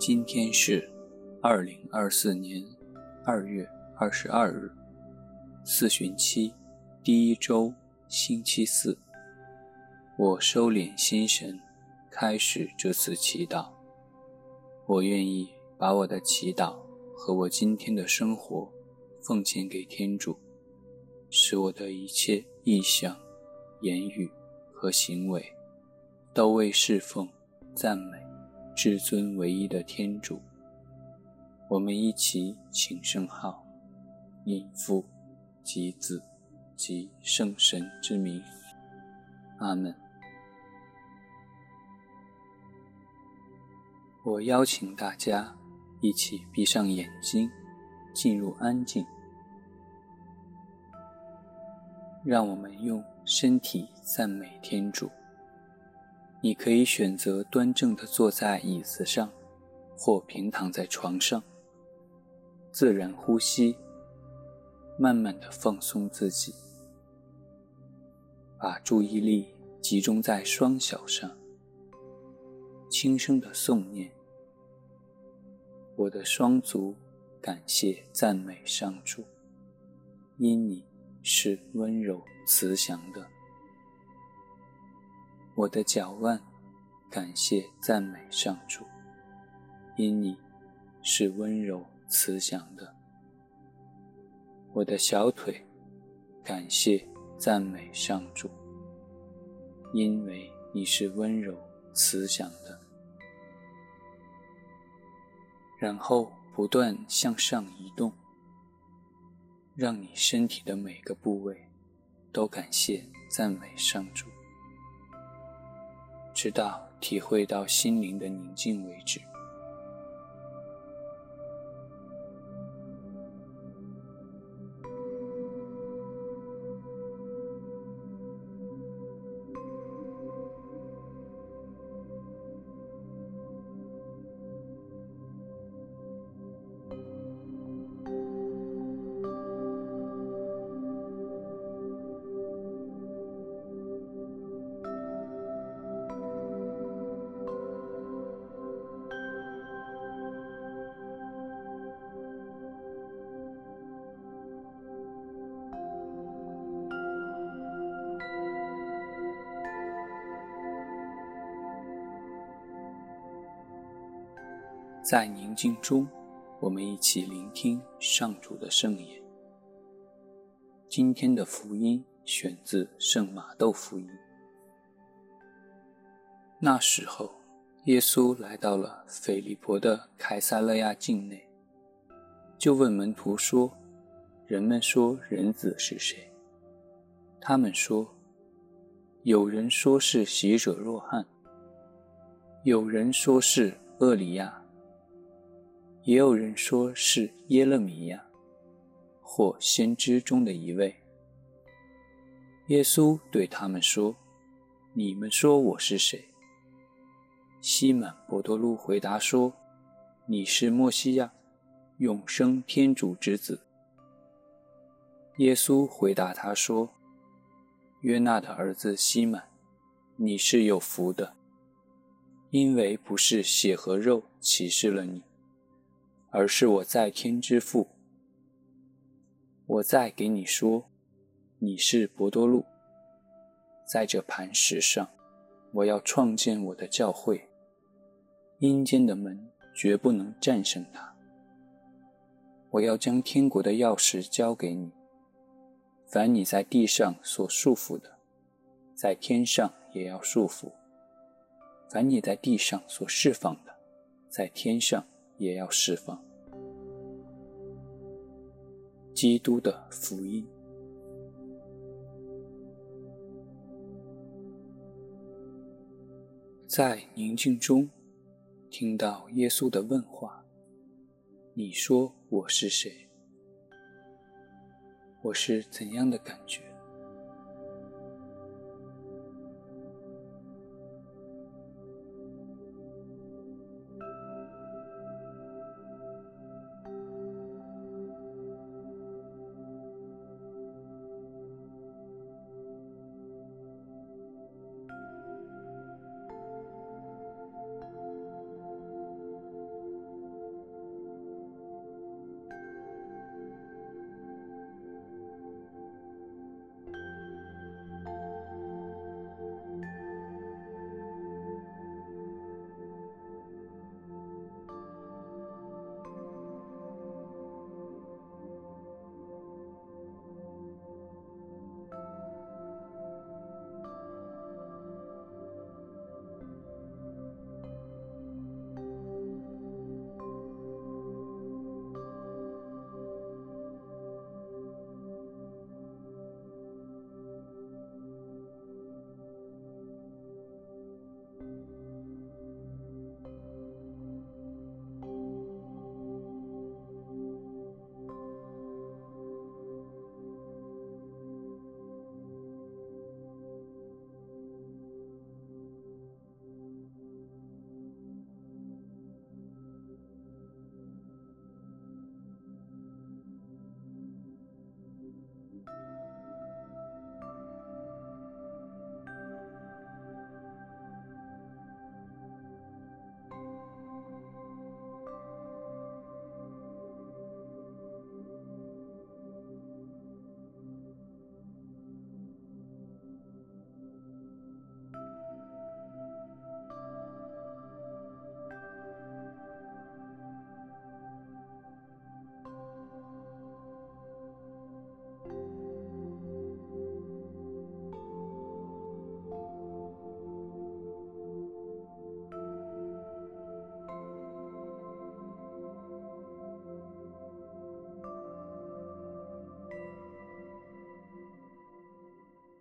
今天是2024年2月22日，四旬期第一周星期四。我收敛心神，开始这次祈祷。我愿意把我的祈祷和我今天的生活奉献给天主，使我的一切意向、言语和行为都为侍奉、赞美至尊唯一的天主。我们一起请圣号，因父及子及圣神之名，阿们。我邀请大家一起闭上眼睛，进入安静。让我们用身体赞美天主。你可以选择端正地坐在椅子上，或平躺在床上，自然呼吸，慢慢地放松自己，把注意力集中在双脚上，轻声地诵念：我的双足感谢赞美上主，因你是温柔慈祥的。我的脚腕感谢赞美上主，因你是温柔慈祥的。我的小腿感谢赞美上主，因为你是温柔慈祥的。然后不断向上移动，让你身体的每个部位都感谢赞美上主，直到体会到心灵的宁静为止。在宁静中，我们一起聆听上主的圣言。今天的福音选自圣马窦福音。那时候，耶稣来到了腓立伯的凯撒勒亚境内，就问门徒说：人们说人子是谁？他们说：有人说是洗者若翰，有人说是厄里亚，也有人说是耶勒米亚，或先知中的一位。耶稣对他们说：你们说我是谁？西满伯多禄回答说：你是默西亚，永生天主之子。耶稣回答他说：约纳的儿子西满，你是有福的，因为不是血和肉启示了你，而是我在天之父。我再给你说，你是伯多禄，在这磐石上，我要创建我的教会，阴间的门绝不能战胜它。我要将天国的钥匙交给你，凡你在地上所束缚的，在天上也要束缚；凡你在地上所释放的，在天上也要释放。基督的福音。在宁静中听到耶稣的问话：你说我是谁？我是怎样的感觉？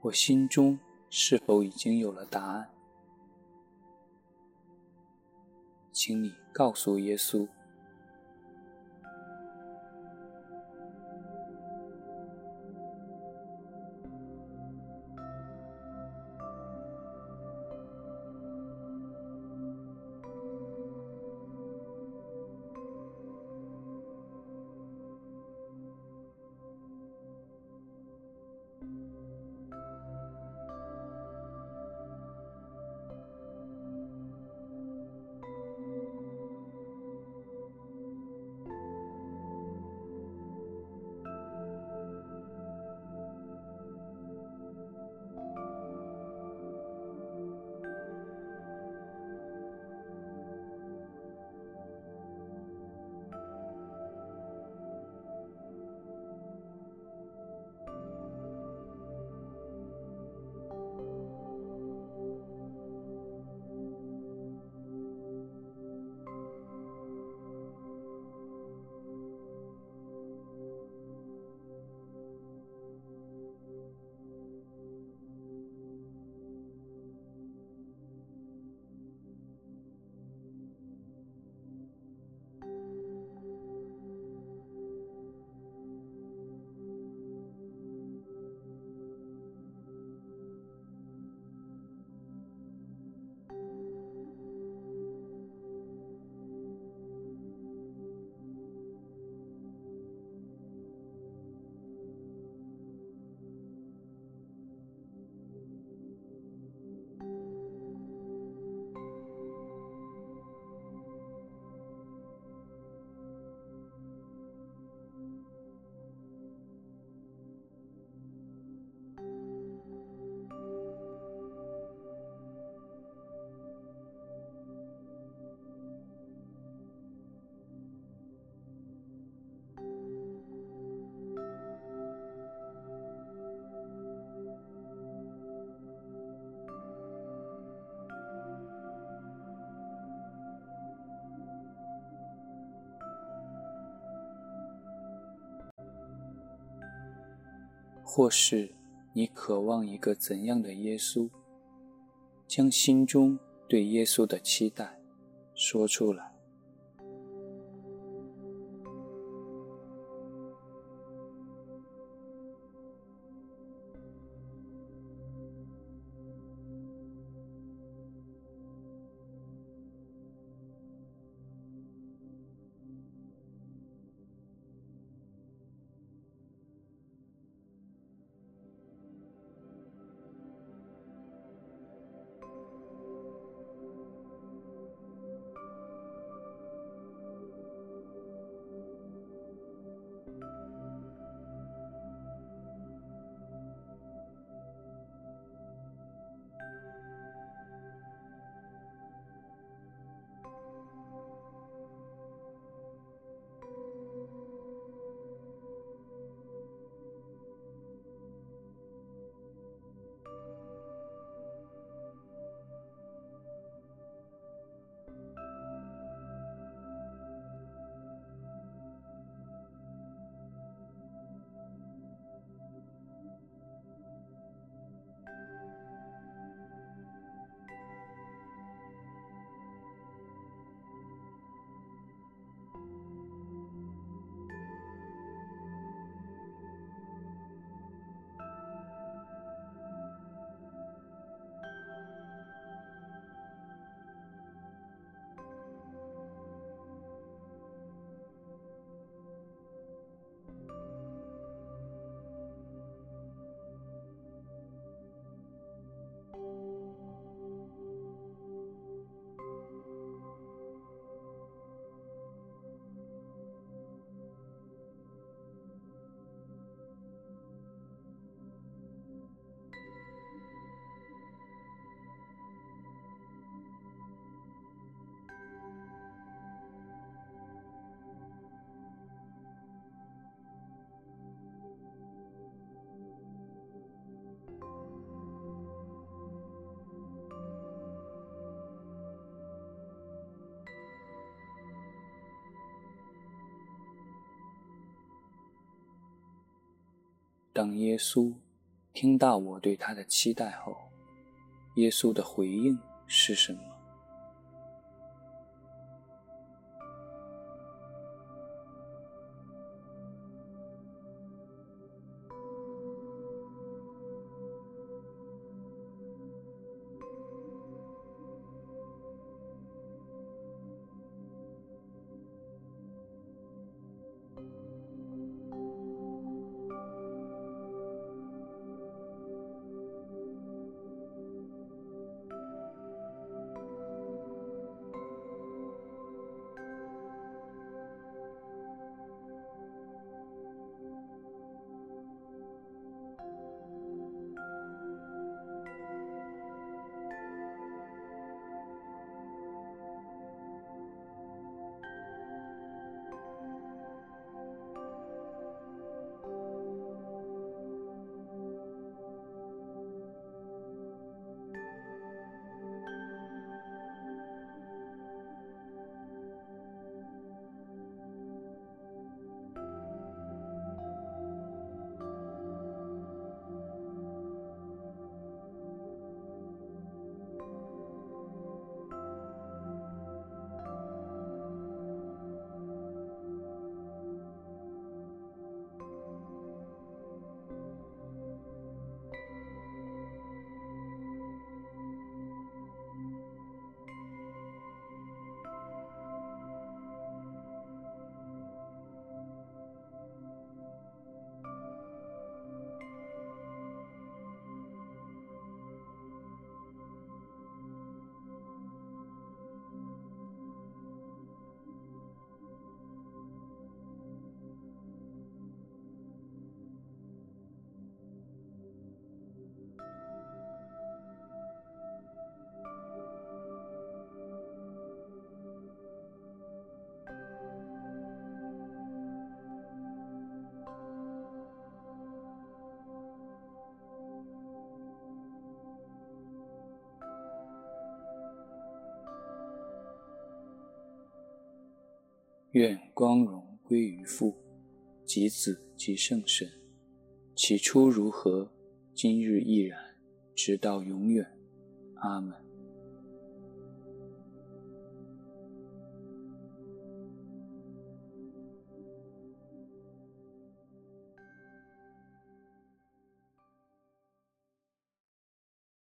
我心中是否已经有了答案？请你告诉耶稣。或是你渴望一个怎样的耶稣，将心中对耶稣的期待说出来。当耶稣听到我对他的期待后，耶稣的回应是什么？愿光荣归于父，及子，及圣神，起初如何，今日亦然，直到永远。阿们。